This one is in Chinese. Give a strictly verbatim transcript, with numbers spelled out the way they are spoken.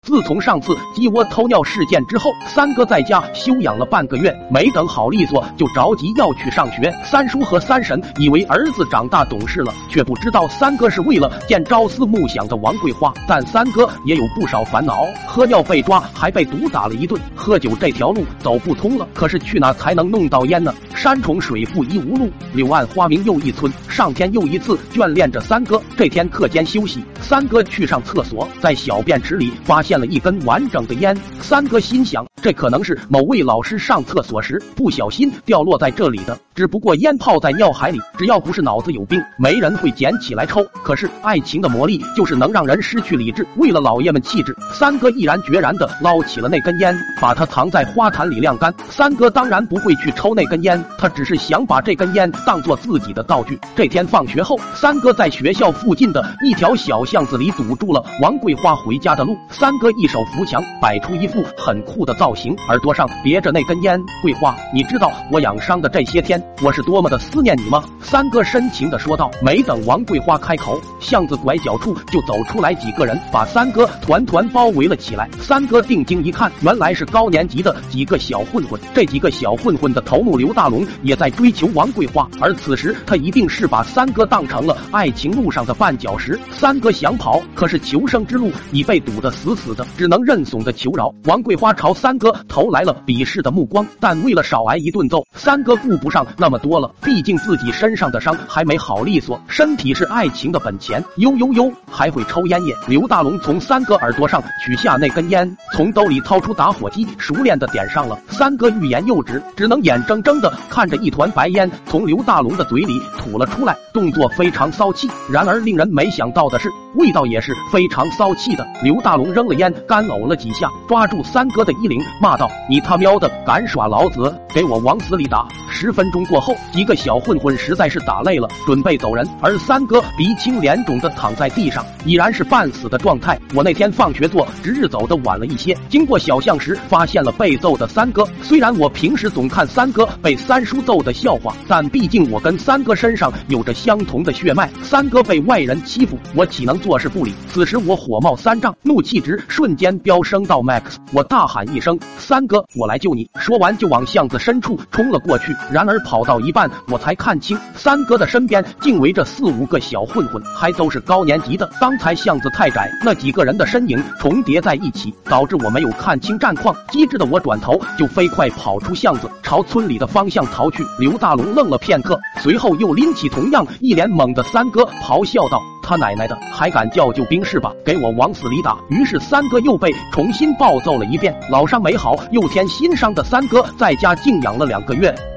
自从上次鸡窝偷尿事件之后，三哥在家休养了半个月，没等好利索就着急要去上学。三叔和三婶以为儿子长大懂事了，却不知道三哥是为了见朝思暮想的王桂花。但三哥也有不少烦恼，喝尿被抓，还被毒打了一顿，喝酒这条路走不通了。可是去哪才能弄到烟呢？山重水复疑无路，柳暗花明又一村。上天又一次眷恋着三哥。这天课间休息，三哥去上厕所，在小便池里发现了一根完整的烟。三哥心想，这可能是某位老师上厕所时不小心掉落在这里的，只不过烟泡在尿海里，只要不是脑子有病，没人会捡起来抽。可是爱情的魔力就是能让人失去理智，为了老爷们气质，三哥毅然决然地捞起了那根烟，把它藏在花坛里晾干。三哥当然不会去抽那根烟，他只是想把这根烟当作自己的道具。这天放学后，三哥在学校附近的一条小巷子里堵住了王桂花回家的路。三哥一手扶墙，摆出一副很酷的造型，耳朵上别着那根烟。桂花，你知道我养伤的这些天，我是多么的思念你吗？三哥深情地说道。没等王桂花开口，巷子拐角处就走出来几个人，把三哥团团包围了起来。三哥定睛一看，原来是高年级的几个小混混。这几个小混混的头目刘大龙也在追求王桂花，而此时他一定是把三哥当成了爱情路上的绊脚石。三哥想跑，可是求生之路已被堵得死死的，只能认怂的求饶。王桂花朝三哥投来了鄙视的目光，但为了少挨一顿揍，三哥顾不上那么多了，毕竟自己身上的伤还没好利索，身体是爱情的本钱。呦呦呦，还会抽烟叶。刘大龙从三哥耳朵上取下那根烟，从兜里掏出打火机，熟练的点上了。三哥欲言又止，只能眼睁睁的看着一团白烟从刘大龙的嘴里吐了出来，动作非常骚气。然而令人没想到的是，味道也是非常骚气的。刘大龙扔了烟，干呕了几下，抓住三哥的衣领，骂道：你他喵的敢耍老子，给我往死里打！十分钟过后，几个小混混实在是打累了，准备走人，而三哥鼻青脸肿的躺在地上，已然是半死的状态。我那天放学做值日走的晚了一些，经过小巷时发现了被揍的三哥。虽然我平时总看三哥被三叔揍的笑话，但毕竟我跟三哥身上有着相同的血脉，三哥被外人欺负，我岂能坐视不理？此时我火冒三丈，怒气值瞬间飙升到 max， 我大喊一声：三哥，我来救你！说完就往巷子深处冲了过去。然而跑到一半，我才看清三哥的身边竟围着四五个小混混，还都是高年级的。刚才巷子太窄，那几个人的身影重叠在一起，导致我没有看清战况。机智的我转头就飞快跑出巷子，朝村里的方向逃去。刘大龙愣了片刻，随后又拎起同样一脸懵的三哥，咆哮道：他奶奶的，还敢叫救兵是吧？给我往死里打！于是三哥又被重新暴揍了一遍。老伤没好，又添新伤的三哥在家静养了两个月。